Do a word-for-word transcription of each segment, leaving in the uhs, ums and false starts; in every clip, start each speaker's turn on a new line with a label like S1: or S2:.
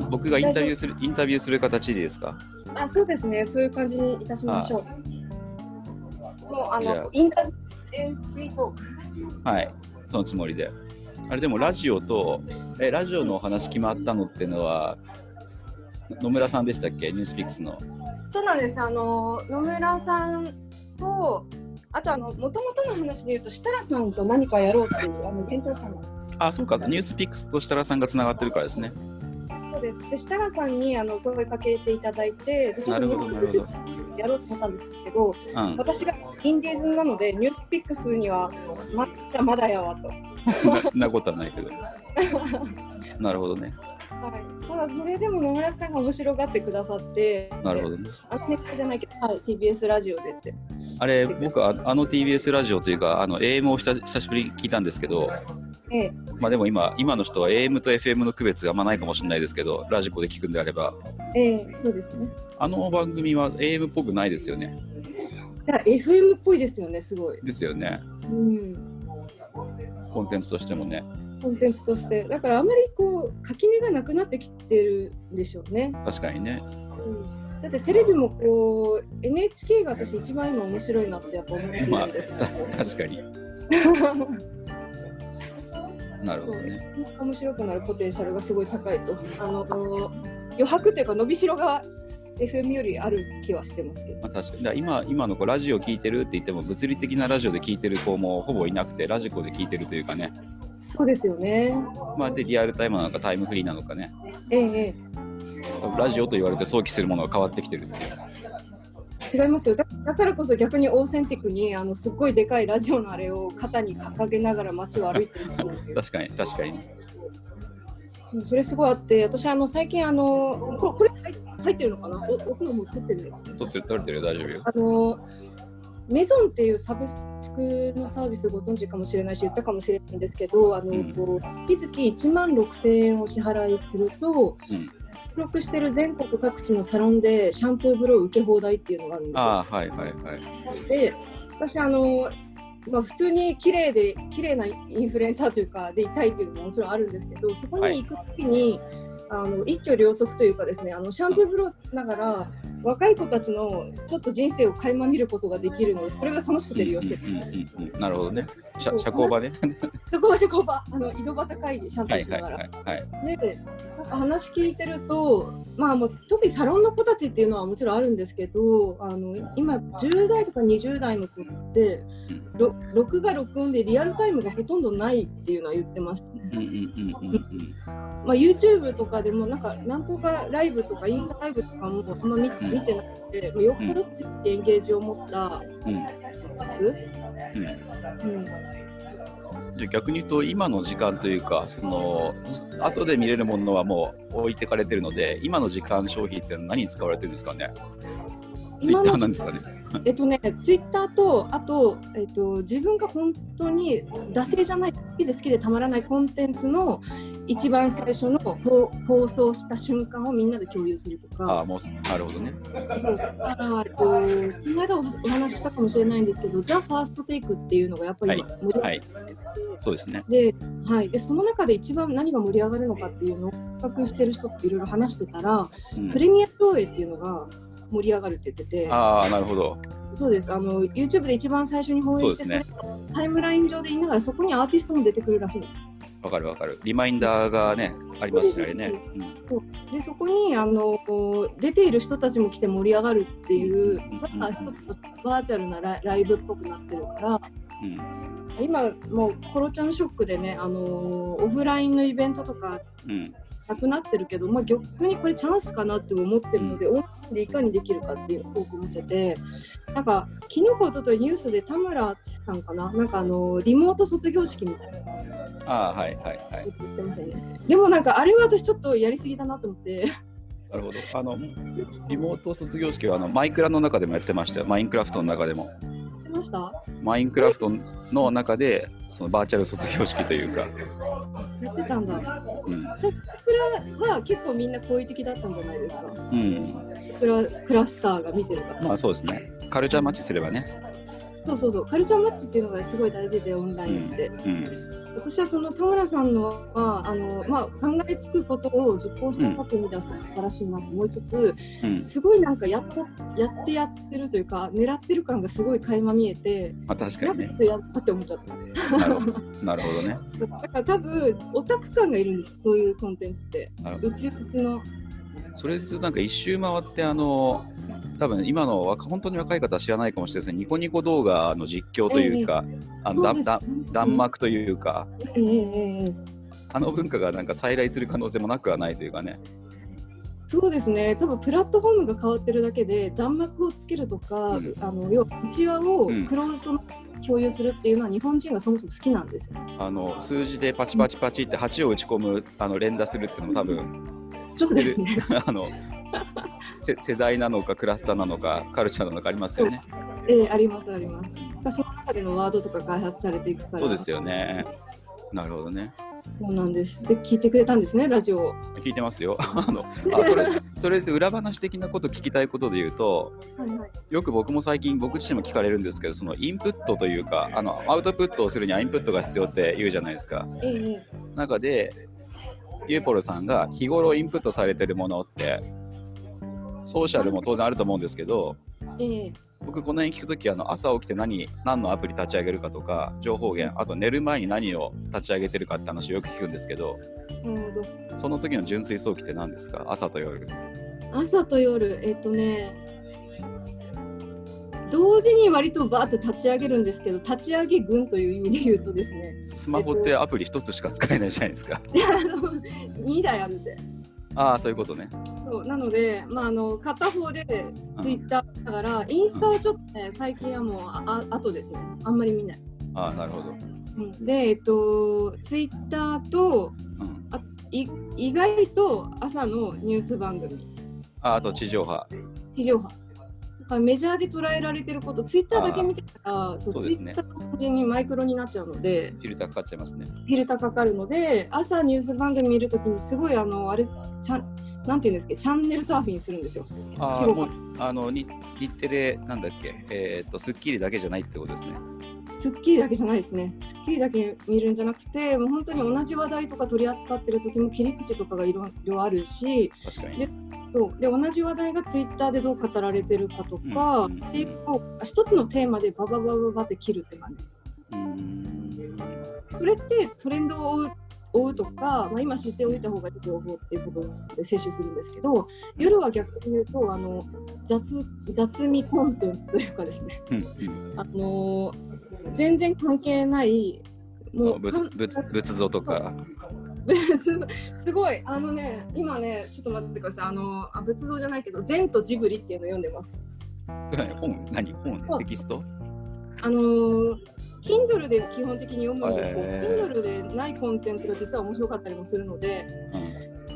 S1: 僕がインタビューするインタビューする形でいいですか？
S2: あ、そうですね。そういう感じにいたしましょう。もうあのインタビューフリートーク。
S1: はい、そのつもりで。あれでもラジオとえラジオのお話決まったのってのは野村さんでしたっけ？ニュースピックスの。
S2: そうなんです。あの野村さんとあとあの元々の話で言うと設楽さんと何かやろうというあの検討者の。
S1: あ、そうか。ニュースピックスと設楽さんがつながってるからですね。
S2: そうです。で設楽さんにあの声かけていただいて、で
S1: なるほどなるほど。
S2: やろうと思ったんですけど、うん、私がインディーズなのでニュースピックスにはまだまだやわと。
S1: な, なことはないけど。なるほどね。
S2: はい、ただそれでも野村さんが面白がってくださって、
S1: なるほどね。
S2: あのネットじゃないけど、はい、ティービーエス ラジオでって。
S1: あれ僕はあの ティービーエス ラジオというかあの エーエム を久しぶりに聞いたんですけど、ええ、まあでも今今の人は エーエム と エフエム の区別があんまないかもしれないですけど、ラジコで聞くんであれば、
S2: ええ、そうですね。
S1: あの番組は エーエム っぽくないですよね。
S2: いや エフエム っぽいですよね、すごい。
S1: ですよね。
S2: うん。
S1: コンテンツとしてもね。
S2: コンテンツとしてだからあまりこう垣根がなくなってきてるんでしょうね。
S1: 確かにね、
S2: うん、だってテレビもこう エヌエイチケー が私一番今面白いなってやっぱ思ってるんで、まあ、
S1: 確かになるほどね。
S2: 面白くなるポテンシャルがすごい高いと、あの余白っていうか伸びしろが エフエム よりある気はしてますけど、
S1: まあ、確かにだ今今の子ラジオ聞いてるって言っても物理的なラジオで聞いてる子もほぼいなくて、ラジコで聞いてるというかね。
S2: そうですよね。
S1: まあでリアルタイムなのかタイムフリーなのかね。
S2: ええ、
S1: ラジオと言われて想起するものが変わってきてるっていう。
S2: 違いますよ。だ, だからこそ逆にオーセンティックにあのすっごいでかいラジオのあれを肩に掲げながら街を歩いてるんですよ。
S1: 確かに確かに。
S2: それすごいあって、私あの最近あのこ れ, これ入ってるのかな、お音も撮ってる
S1: 撮ってる撮れてる大丈夫よ。
S2: あのメゾンっていうサブスクのサービスご存知かもしれないし言ったかもしれないんですけど、あの、うん、こう月々いちまんろくせんえんを支払いすると、うん、登録してる全国各地のサロンでシャンプー風呂受け放題っていうのがあるんですよ。
S1: あ、はいはいはい、
S2: で私あの、まあ、普通に綺麗で綺麗なインフルエンサーというかでいたいっていうのももちろんあるんですけど、そこに行くときに、はい、あの一挙両得というかですね、あのシャンプー風呂しながら若い子たちのちょっと人生を垣間見ることができるので、それが楽しくて利用してる、うんうん
S1: うんうん、なるほどね。社交場ね。
S2: 社交場社交場あの井戸端会議シャンプーしながら、はいはいはいはい、でなんか話聞いてると、まあ、もう特にサロンの子たちっていうのはもちろんあるんですけど、あの今じゅう代とかにじゅう代の子って録画録音でリアルタイムがほとんどないっていうのは言ってましたね。まあ YouTube とかでもなんかなんとかライブとかインスタライブとかもあんま 見, 見てなくて、よっぽど強いエンゲージを持ったやつ、うんうんうん、
S1: じゃ逆に言うと今の時間というか、その後で見れるものはもう置いてかれてるので、今の時間消費って何に使われてるんですかね。ツイッターなんですかね。
S2: えっとね、ツイッターとあと、えっと、自分が本当に惰性じゃない、好きで好きでたまらないコンテンツの一番最初の放送した瞬間をみんなで共有するとか。
S1: ああ、もうなるほどね。
S2: そうだから、えっと、この間お話ししたかもしれないんですけど、ザ・ファーストテイクっていうのがやっぱり今、
S1: はいはい、そうですね。
S2: で、はい、でその中で一番何が盛り上がるのかっていうのを比較してる人っていろいろ話してたら、うん、プレミア上映っていうのが盛り上がるって言ってて。
S1: ああ、なるほど。
S2: そうです。あの YouTube で一番最初に放映して、それタイムライン上で言いながらそこにアーティストも出てくるらしいんです。
S1: わかるわかる。リマインダーがね、ありますしね。
S2: うん、そうでそこにあの出ている人たちも来て盛り上がるっていう、うん、なんか一つのバーチャルな ラ, ライブっぽくなってるから、うん、今もうコロちゃんショックでね、あのオフラインのイベントとか、うんなくなってるけど、まあ、逆にこれチャンスかなって思ってるので、オンラインでいかにできるかっていう方向を見てて、なんか昨日か一昨日ニュースで田村さんかな、なんかあのリモート卒業式みたいな、
S1: あはいはいはい
S2: 言ってませんね。でもなんかあれは私ちょっとやりすぎだなと思って。
S1: なるほど。あのリモート卒業式はあのマイクラの中でもやってましたよ。マインクラフトの中でも。
S2: ました
S1: マインクラフトの中でそのバーチャル卒業式というか
S2: やってたんだ。うん。でクラは結構みんな好意的だったんじゃないですか。うん。クラクラスターが見てるから。
S1: まあそうですね。カルチャーマッチすればね。
S2: そうそうそう。カルチャーマッチっていうのがすごい大事でオンラインって。うん。うん私はその田村さんのはあの、まあ、考えつくことを実行したかという意味では素晴らしいなと思いつつ、うん、すごいなんかやったやってやってるというか狙ってる感がすごい垣間見えて、
S1: まあ、確かにね、
S2: やっとやったって思っちゃった。
S1: なるほど、なるほどね。
S2: だから多分オタク感がいるんです、そういうコンテンツって。うちうちの
S1: それでなんか一周回ってあの多分今の本当に若い方は知らないかもしれないですね、ニコニコ動画の実況というか、えー、あのだだ弾幕というか、えー、あの文化がなんか再来する可能性もなくはないというかね。
S2: そうですね、多分プラットフォームが変わってるだけで弾幕をつけるとか、うん、あの要は内輪をクローズドの共有するっていうのは日本人がそもそも好きなんですよ。
S1: あの数字でパチパチパチってはちを打ち込む、あの連打するっていうのも多分知ってる、そうですね、あの世代なのかクラスターなのかカルチャーなのかありますよね。
S2: えー、ありますあります。その中でのワードとか開発されていくから。
S1: そうですよね。なるほどね。
S2: そうなんです。で聞いてくれたんですね、ラジオを。
S1: 聞いてますよ。あのあそれそれで裏話的なこと聞きたいことで言うと、はいはい、よく僕も最近僕自身も聞かれるんですけど、そのインプットというかあのアウトプットをするにはインプットが必要って言うじゃないですか。えー、中でユーポルさんが日頃インプットされてるものってソーシャルも当然あると思うんですけど、えー、僕この辺聞くときはあの朝起きて 何, 何のアプリ立ち上げるかとか情報源、あと寝る前に何を立ち上げてるかって話をよく聞くんですけど、なるほど。その時の純粋早期って何ですか？朝と夜。
S2: 朝と夜、えっとね同時に割とバーッと立ち上げるんですけど、立ち上げ群という意味で言うとですね、
S1: スマホってアプリ一つしか使えないじゃないですか。
S2: にだいあるんで。
S1: ああ、そういうことね。
S2: そうなので、まあ、あの片方でツイッターだから、うん、インスタはちょっとね最近はもうあ後ですね、あんまり見ない。
S1: ああ、なるほど。
S2: で、えっと、ツイッターと、うん、あい意外と朝のニュース番組、
S1: ああと地上波
S2: 地上波メジャーで捉えられてること、ツイッターだけ見てたら、そうそうですね、ツイッターの時にマイクロになっちゃうので、
S1: フィルターかかっちゃいますね。
S2: フィルターかかるので、朝ニュース番組見るときにすごいあのあれちゃんなんていうんですか、チャンネルサーフィンするんですよ。
S1: あもうあの日テレなんだっけ、えー、っとスッキリだけじゃないってことですね。
S2: スッキリだけじゃないですね。スッキリだけ見るんじゃなくて、もう本当に同じ話題とか取り扱ってる時も切り口とかがいろいろあるし、
S1: 確かに。
S2: でそうで同じ話題がツイッターでどう語られてるかとか、うんうん、で一つのテーマでバババババって切るって感じです。うん、それってトレンドを追う、追うとか、まあ、今知っておいた方がいい情報っていうことで摂取するんですけど、夜は逆に言うとあの 雑, 雑味コンテンツというかですね、うんうん、あの全然関係ない
S1: もう仏, 仏, 仏像とか
S2: すごいあのね今ねちょっと待ってください、あのあ仏像じゃないけど善とジブリっていうのを読んでます。
S1: 本何本テキスト
S2: あのー、Kindle で基本的に読むんですけど、えー、Kindle でないコンテンツが実は面白かったりもするので、うん、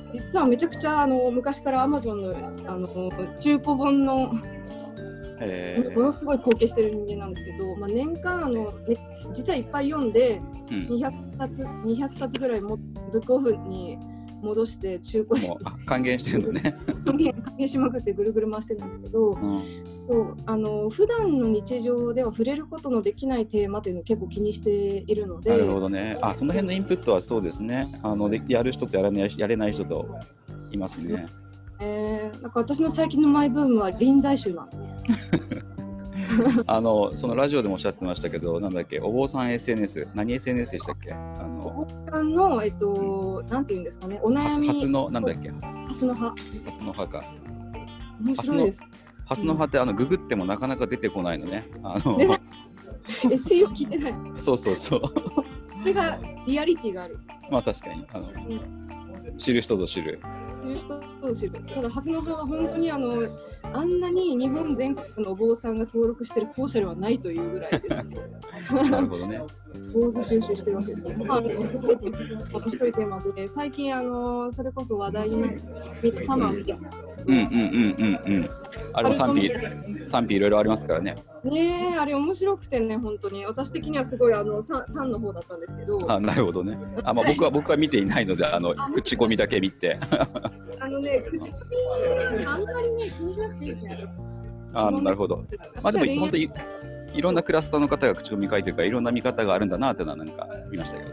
S2: 実はめちゃくちゃあの昔から Amazon の, あの中古本のえー、ものすごい貢献してる人間なんですけど、まあ、年間あの実はいっぱい読んで、うん、にひゃくさつにひゃくさつぐらいもブックオフに戻して中古で
S1: もう還元してるのね
S2: 還元還元しまくってぐるぐる回してるんですけど、うん、そうあの普段の日常では触れることのできないテーマというのを結構気にしているので。
S1: なるほどね。あ、その辺のインプットはそうですね、あのでやる人とやらない、やれない人といますね。
S2: えー、なんか私の最近のマイブームは臨済宗なんですよ
S1: あのそのラジオでもおっしゃってましたけど、なんだっけ、お坊さん エスエヌエス、何 エスエヌエス でしたっけ？あの
S2: お坊さんの、えっと、なんていうんですかね、お悩み、
S1: ハスの、なんだっけ、ハ
S2: スの葉、ハ
S1: スの葉か。
S2: 面白いです。
S1: ハスの葉ってあのググってもなかなか出てこないのね。あの
S2: エスイーオー 聞いてない。
S1: そうそうそう。こ
S2: れがリアリティがある。
S1: まあ確かにあの、うん、知る人ぞ知る。
S2: 知る人ぞ知る。ただハスの葉は本当にあのあんなに日本全国のお坊さんが登録してるソーシャルはないというぐらいです。
S1: なるほどね。
S2: 坊主収集してるわけです。まあ、面白いテーマで、最近あのそれこそ話題になるミッドサマーを見てます。
S1: うんうんうんうんうん。あれも賛否賛否いろいろありますからね。
S2: ねえ、あれ面白くてね、本当に私的にはすごいあのさんの方だったんですけど。
S1: あ、なるほどね。あ、まあ僕は僕は見ていないので、あの口コミだけ見て。
S2: あのね、口コミあんまりね気にしなくていいですね。
S1: あ、なるほど。まあでも本当にいろんなクラスターの方が口コミ書いてるから、いろんな見方があるんだなっていうのはなんか見ましたけどね。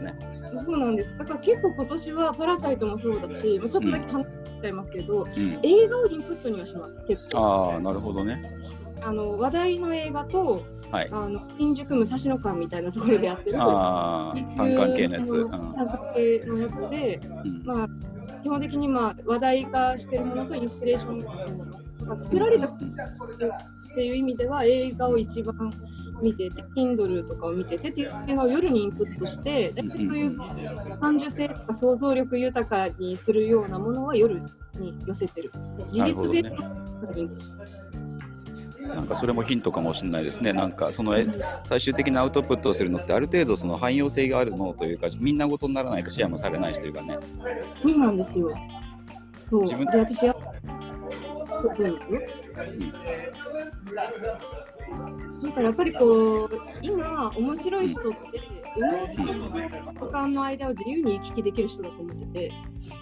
S2: そうなんです。だから結構今年はパラサイトもそうだし、ちょっとだけ話しちゃいますけど、うん、映画をインプットにはします結構。
S1: ああ、なるほどね。
S2: あの話題の映画と、はい、あの新宿武蔵野館みたいなところでやってる
S1: あ単館系のやつ、
S2: 単館系のやつで、うん、まあ基本的にまあ話題化してるものとインスピレーションのもの、まあ、作られたっていう意味では映画を一番見てて、Kindle とかを見ててっていう映画を夜にインプットして、そういう感受性とか想像力豊かにするようなものは夜に寄せてる。事実ベースのインプット。
S1: なんかそれもヒントかもしれないですね。なんかその最終的なアウトプットをするのってある程度その汎用性があるものというか、みんなごとにならないとシェアもされないしというかね。
S2: そうなんですよ。そう自分で私やどういうの？なんかやっぱりこう今面白い人って羽毛と間の間を自由に行き来できる人だと思ってて。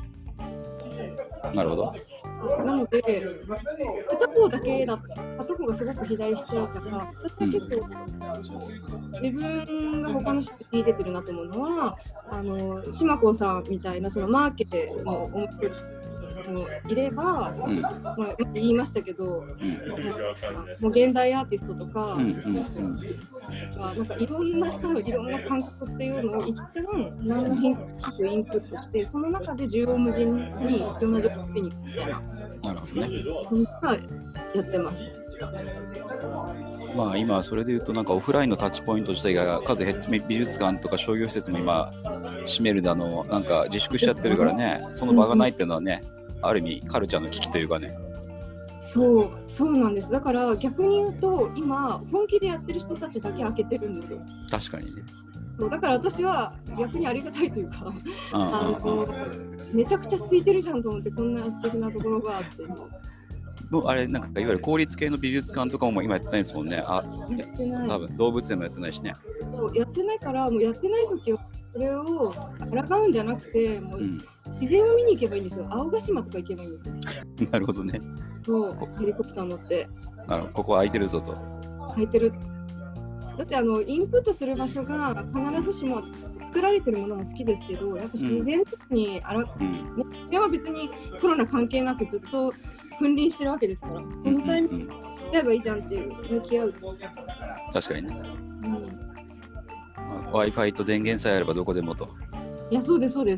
S1: なるほど。
S2: なので片方だけだ片方がすごく肥大しちゃうから、それ結構自分が他の人に出てるなと思うのは、あの島子さんみたいなそのマーケテの面白い人もいれば、うん、まあ、言いましたけど、うん、もう現代アーティストとか、うんうんうん、なんかいろんな人のいろんな感覚っていうのを一旦何の変化かインプットして、その中で縦横無尽に必要な情報を見に行くみたいな。
S1: なるほどね。
S2: やってます。
S1: まあ今それでいうとなんかオフラインのタッチポイント自体が数減って美術館とか商業施設も今閉めるだのなんか自粛しちゃってるからね、その場がないっていうのはね、うん、ある意味カルチャーの危機というかね。
S2: そうそうなんです。だから逆に言うと今本気でやってる人たちだけ開けてるんですよ。
S1: 確かにね。
S2: そうだから私は逆にありがたいというか、あのめちゃくちゃ空いてるじゃんと思って、こんな素敵なところがあって。
S1: もうあれなんかいわゆる公立系の美術館とかも今やってないですもんね。あ、やってない。多分動物園もやってないしね。
S2: そうやってないから、もうやってない時はそれを抗うんじゃなくて、もう自然を見に行けばいいんですよ。青ヶ島とか行けばいいんですよ。
S1: なるほどね。
S2: そうヘリコプター乗って。
S1: なるほど、ここ空いてるぞと。
S2: 空いてる。だってあのインプットする場所が必ずしも作られてるものも好きですけど、やっぱ自然にあら、うん、ね、いや別にコロナ関係なくずっと君臨してるわけですから、そのタイミングでやればいいじゃんっていう向き合う。
S1: 確かにね。うん、まあ、Wi-Fi と電源さえあればどこでもと。
S2: いや、そうですそうです。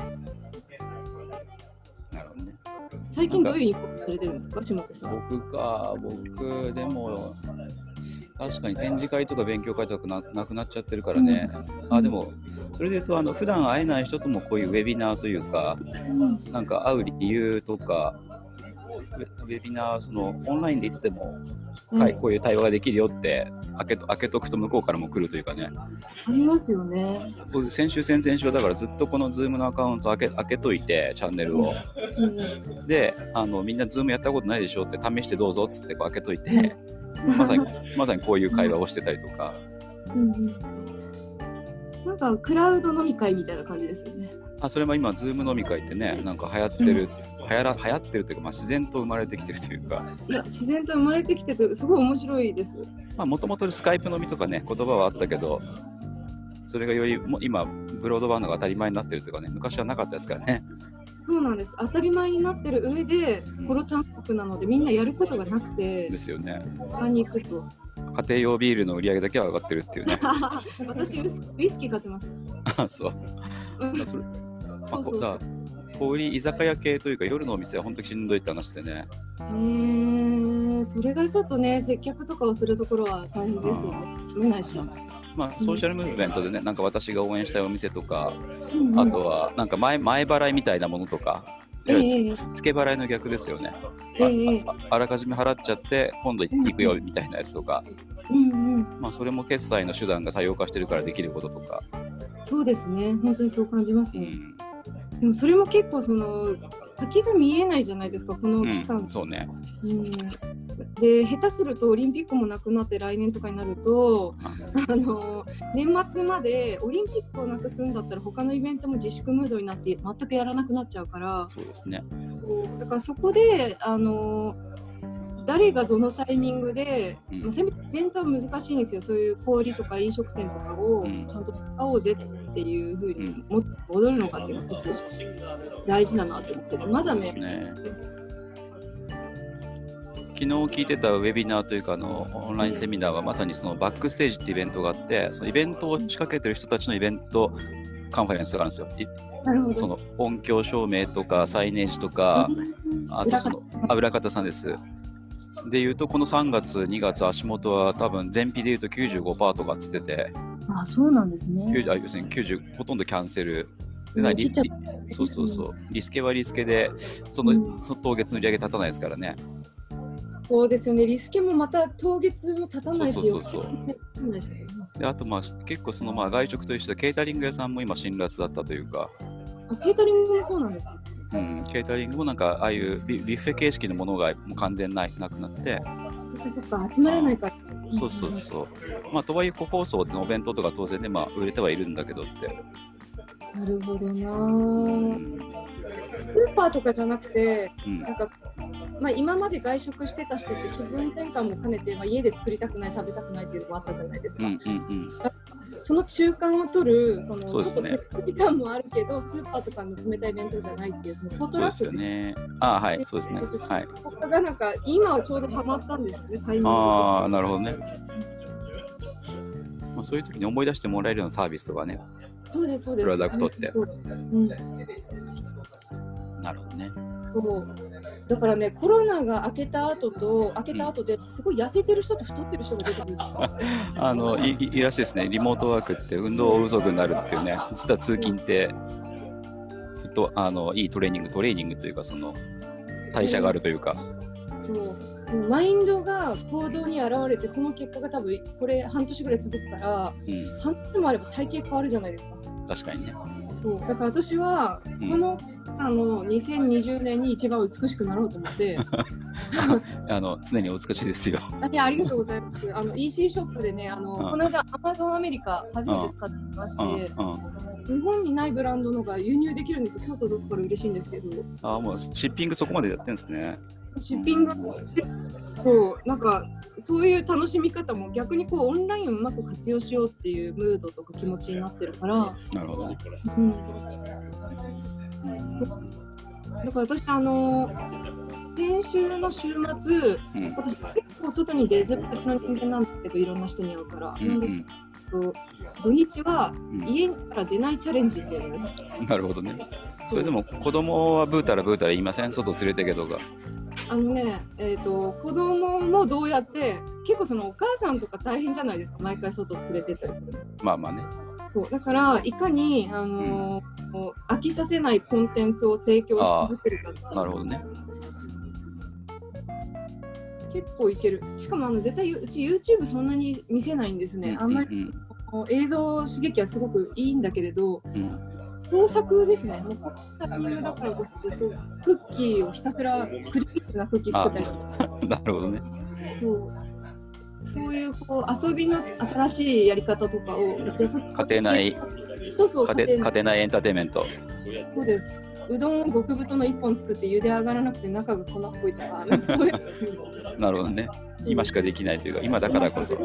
S1: なるほどね。
S2: 最近どういうインプットされてるんですか、下手さん。
S1: 僕か、僕でも確かに展示会とか勉強会とか な, なくなっちゃってるからね、うん、あでもそれでいうとあの普段会えない人ともこういうウェビナーというか、うん、なんか会う理由とかウェビナーそのオンラインでいつでも、うん、こういう対話ができるよって開けと、開けとくと向こうからも来るというかね。
S2: ありますよね。
S1: 先週先々週だからずっとこの Zoom のアカウント開け、開けといてチャンネルを、うん、であのみんな Zoom やったことないでしょって試してどうぞっつってこう開けといて、うん、まさにまさにこういう会話をしてたりとか、うんうん、
S2: なんかクラウド飲み会みたいな感じですよね。
S1: あ、それも今 Zoom 飲み会ってね、なんか流行ってる、うん、流行ら、流行ってるというか、まあ、自然と生まれてきてるというか、
S2: いや自然と生まれてきててすごい面白いです。
S1: もともとスカイプ飲みとかね言葉はあったけど、それがよりも今ブロードバンドが当たり前になってるというかね、昔はなかったですからね。
S2: そうなんです。当たり前になってる上でコロちゃん国なのでみんなやることがなくて
S1: ですよね。
S2: 何行くと
S1: 家庭用ビールの売り上げだけは上がってるっていうね。
S2: 私ウイスキー買ってます。
S1: あ、そう。それそうそうそう、小売居酒屋系というか夜のお店は本当にしんどいって話でね。
S2: えー、それがちょっとね接客とかをするところは大変ですよね。見ないし。
S1: まあ、ソーシャルムーブメントでね、なんか私が応援したいお店とか、うんうん、あとはなんか 前, 前払いみたいなものとか、えー、つ付け払いの逆ですよね、えーあ, あ, あらかじめ払っちゃって今度行くよみたいなやつとか、うんうんまあ、それも決済の手段が多様化してるからできることとか。
S2: そうですね、本当にそう感じますね、うん、でもそれも結構その先が見えないじゃないですかこの期間、
S1: うん、そうね、
S2: うん、で下手するとオリンピックもなくなって来年とかになるとあの年末までオリンピックをなくすんだったら他のイベントも自粛ムードになって全くやらなくなっちゃうから。
S1: そうですね。
S2: だからそこであの誰がどのタイミングで、うんまあ、イベントは難しいんですよ。そういう小売とか飲食店とかをちゃんと使おうぜっっていうふうにもっと戻るのかっていうのが大事だなと思ってる。まだね。
S1: 昨日聞いてたウェビナーというかあのオンラインセミナーはまさにそのバックステージってイベントがあって、そのイベントを仕掛けてる人たちのイベントカンファレンスがあるんですよ。
S2: なるほど。
S1: その音響照明とかサイネージとか、あとそのあ裏方さんです。でいうとこのさんがつにがつ足元は多分前費でいうと きゅうじゅうごパーセント とかつってて、
S2: あ、そうなんですね。
S1: 要するにきゅうじゅうほとんどキャンセルでなリそうそうそうリスケはリスケでその、うん、その当月の売り上げ立たないですからね。
S2: そうですよね。リスケもまた当月も立たないし、
S1: そうそうそうそうであとまあ結構そのまあ外食と一緒でケータリング屋さんも今辛辣だったというか。
S2: あ、ケータリングもそうなんですか。
S1: うん、ケータリングもなんかああいうビュッフェ形式のものがもう完全ないなくなって、
S2: そっかそっか、集まらないから。
S1: そうそうそう。まあとはいえ個包装のお弁当とか当然ね、まあ売れてはいるんだけどって。
S2: なるほどな、うん、スーパーとかじゃなくて、うん、なんか、まあ、今まで外食してた人って気分転換も兼ねて、まあ、家で作りたくない食べたくないっていうのもあったじゃないですか、うんうんうん、その中間を取るその
S1: そうですね、
S2: ちょっと時間もあるけどスーパーとかの冷たい弁当じゃないっていうそのコントラスト
S1: ですよね。あ、はい、そうですね。はい。
S2: そこがなんか今はちょうどハマったんですよね、タイミングで。
S1: ああ、なるほどね。まあ、そういう時に思い出してもらえるようなサービスとかね。
S2: そうですそうです。
S1: プロダクトって。うん、なるほどね。
S2: そうだからね、コロナが明けた後と明けた後ですごい痩せてる人と太ってる人が出てくる。
S1: あの い, いらしいですね。リモートワークって運動不足になるっていうね。実は通勤ってとあのいいトレーニングトレーニングというかその代謝があるというか。
S2: そうマインドが行動に現れてその結果が多分これ半年ぐらい続くから、うん、半年もあれば体型変わるじゃないですか。
S1: 確かにね。
S2: そうだから私はこの、うん、あのにせんにじゅうねんに一番美しくなろうと思って
S1: あの常にお美しいですよ。
S2: いやありがとうございます。あの イーシー ショップでね、あの、うん、この間 Amazon アメリカ初めて使ってまして、うんうん、日本にないブランドのが輸入できるんですよ。今日届くから嬉しいんですけど。
S1: あもうシッピングそこまでやってるんですね。
S2: シッピングそうなんかそういう楽しみ方も逆にこうオンラインをうまく活用しようっていうムードとか気持ちになってるから。
S1: なるほどね。
S2: うん、だから私あの先週の週末、うん、私結構外に出ずっぱりの人間なんだけどいろんな人に会うから、うんうん、なんですけど土日は家から出ないチャレンジっていう、
S1: うん、なるほどね。それでも子供はブータラブータラ言いません？外連れてけどが。
S2: あのね、えーと、子供もどうやって結構そのお母さんとか大変じゃないですか、毎回外連れてったりする。
S1: まあまあね。
S2: そうだからいかに、あのーうん、飽きさせないコンテンツを提供し続けるかっていう。
S1: なるほどね。
S2: 結構いける。しかもあの絶対うち YouTube そんなに見せないんですね。うんうんうん、あんまり映像刺激はすごくいいんだけれど、うん工作ですね。もう工作だからずっとクッキーをひたすらクリームなクッキー作ったりとか。
S1: なるほどね。
S2: そうそういうこう遊びの新しいやり方とかを
S1: 家庭内
S2: そうそう
S1: 家庭、家庭内エンターテインメント。
S2: そうです。うどんを極太のいっぽん作って茹で上がらなくて中が粉っぽいとか。なんかそういう
S1: なるほどね。今しかできないというか今だからこそ。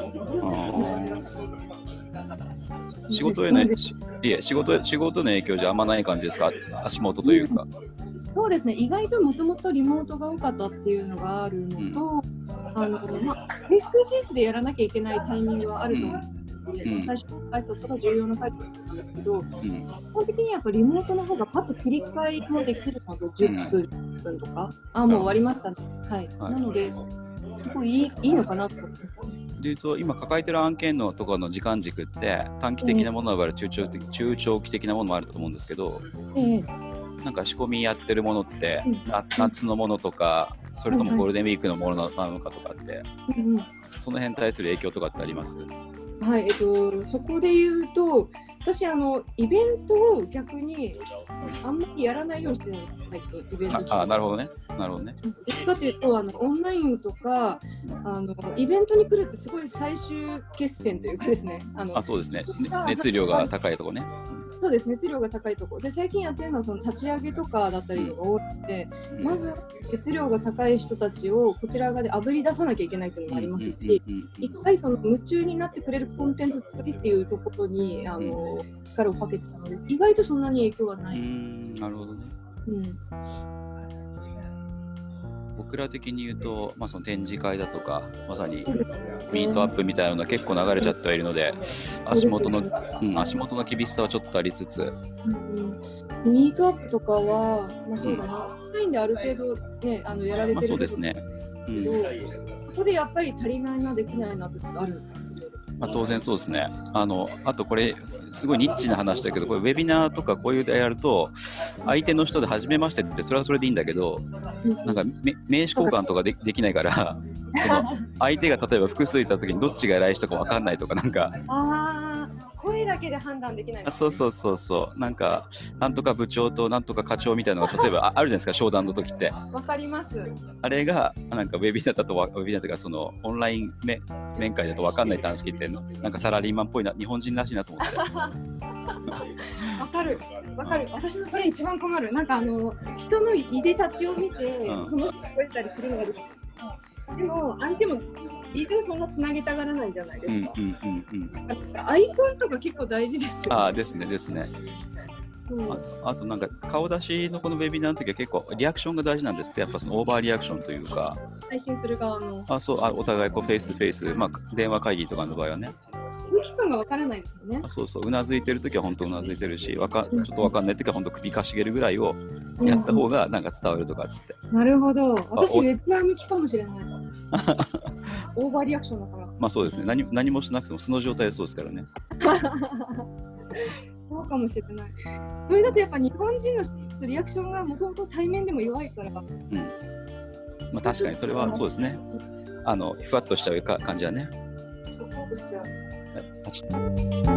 S1: 仕事へのいえ仕事仕事の影響じゃあんまない感じですか、足元というか。
S2: うん、そうですね、意外ともともとリモートが多かったっていうのがあるのと、うん、あのまあ、フェイストゥフェイスでやらなきゃいけないタイミングはあると思うんですので、うん、最初の挨拶が重要な回答なんだけど、うん、基本的にやっぱリモートの方がパッと切り替えもできるのでじゅっぷん、じゅっぷんとか、あもう終わりましたね、はい、はい、なのですごいいい、いいのかなと思って。
S1: でいうと今抱えてる案件のところの時間軸って短期的なものもある、中長期的、中長期的なものもあると思うんですけど、ええ、なんか仕込みやってるものって、うん、夏のものとかそれともゴールデンウィークのものなのかとかって、うんうん、その辺に対する影響とかってあります？
S2: はい、えっと、そこで言うと私あのイベントを逆にあんまりやらないようにしてるんです、最近イベント中。
S1: ああ、なるほどね、なるほどね。
S2: どっちかというとあのオンラインとかあのイベントに来るってすごい最終決戦というかですね、あの
S1: あそうですね、熱量が高いとこね。
S2: そうです、熱量が高いところで、最近やってるのはその立ち上げとかだったりとか多いので、うん、まず熱量が高い人たちをこちら側であぶり出さなきゃいけないというのもありますし、一回その夢中になってくれるコンテンツ作りっていうところにあの力をかけてたので、意外とそんなに影響はない。
S1: うん、なるほどね。うん僕ら的に言うと、まあ、その展示会だとかまさにミートアップみたいなのが結構流れちゃってはいるので、足元の、うん、足元の厳しさはちょっとありつつ、うん
S2: うん、ミートアップとかは、まあ、そうだな、オンラインである程度、ね、あのやられてる、まあ、
S1: そうですね、
S2: うん、ここでやっぱり足りないな、できないなってことあるんですか？
S1: まあ、当然そうですね。あのあとこれすごいニッチな話だけど、これウェビナーとかこういうでやると相手の人で初めましてってそれはそれでいいんだけど、なんか名刺交換とか で, できないからその相手が例えば複数いた時にどっちが偉い人か分かんないとか、なんか
S2: あ声だけで判断できない、ね、
S1: そうそうそうそう、なんかなんとか部長となんとか課長みたいなのが例えばあるじゃないですか、商談の時って。
S2: わかります。
S1: あれがなんかウェビナーだとウェビナーとかそのオンラインめ面会だと分かんないって話聞いてるの、なんかサラリーマンっぽいな、日本人らしいなと思って。
S2: わかるわかる、私もそれ一番困る。なんかあの人のいでたちを見て、うん、その人が超えたりするのができる。でも相手もいでをそんなつなげたがらないじゃないですか。うんうんうんうん、アイコンとか結構大事ですよね。
S1: ああですねですね。うん、あ, あとなんか顔出しのこのウェビナーの時は結構リアクションが大事なんですって。やっぱそのオーバーリアクションというか、
S2: 配信する側の
S1: あそうあお互いこうフェイスフェイス、まあ、電話会議とかの場合はね、
S2: 空気感がわからないですよね。
S1: あそうそう、うなずいてる時は本当うなずいてるし、わかちょっとわかんない時は本当首かしげるぐらいをやった方がなんか伝わるとかっつって、
S2: うん、なるほど。私ウェブナー向きかもしれない。オーバーリアクションだから。
S1: まあそうですね、 何, 何もしなくても素の状態はそうですからね。
S2: そうかもしれない。それだとやっぱ日本人のリアクションがもともと対面でも弱いから、うん、
S1: まあ確かにそれはそうですね。あのふわっとしちゃうか感じはね。
S2: ふわっとしちゃう。
S1: はい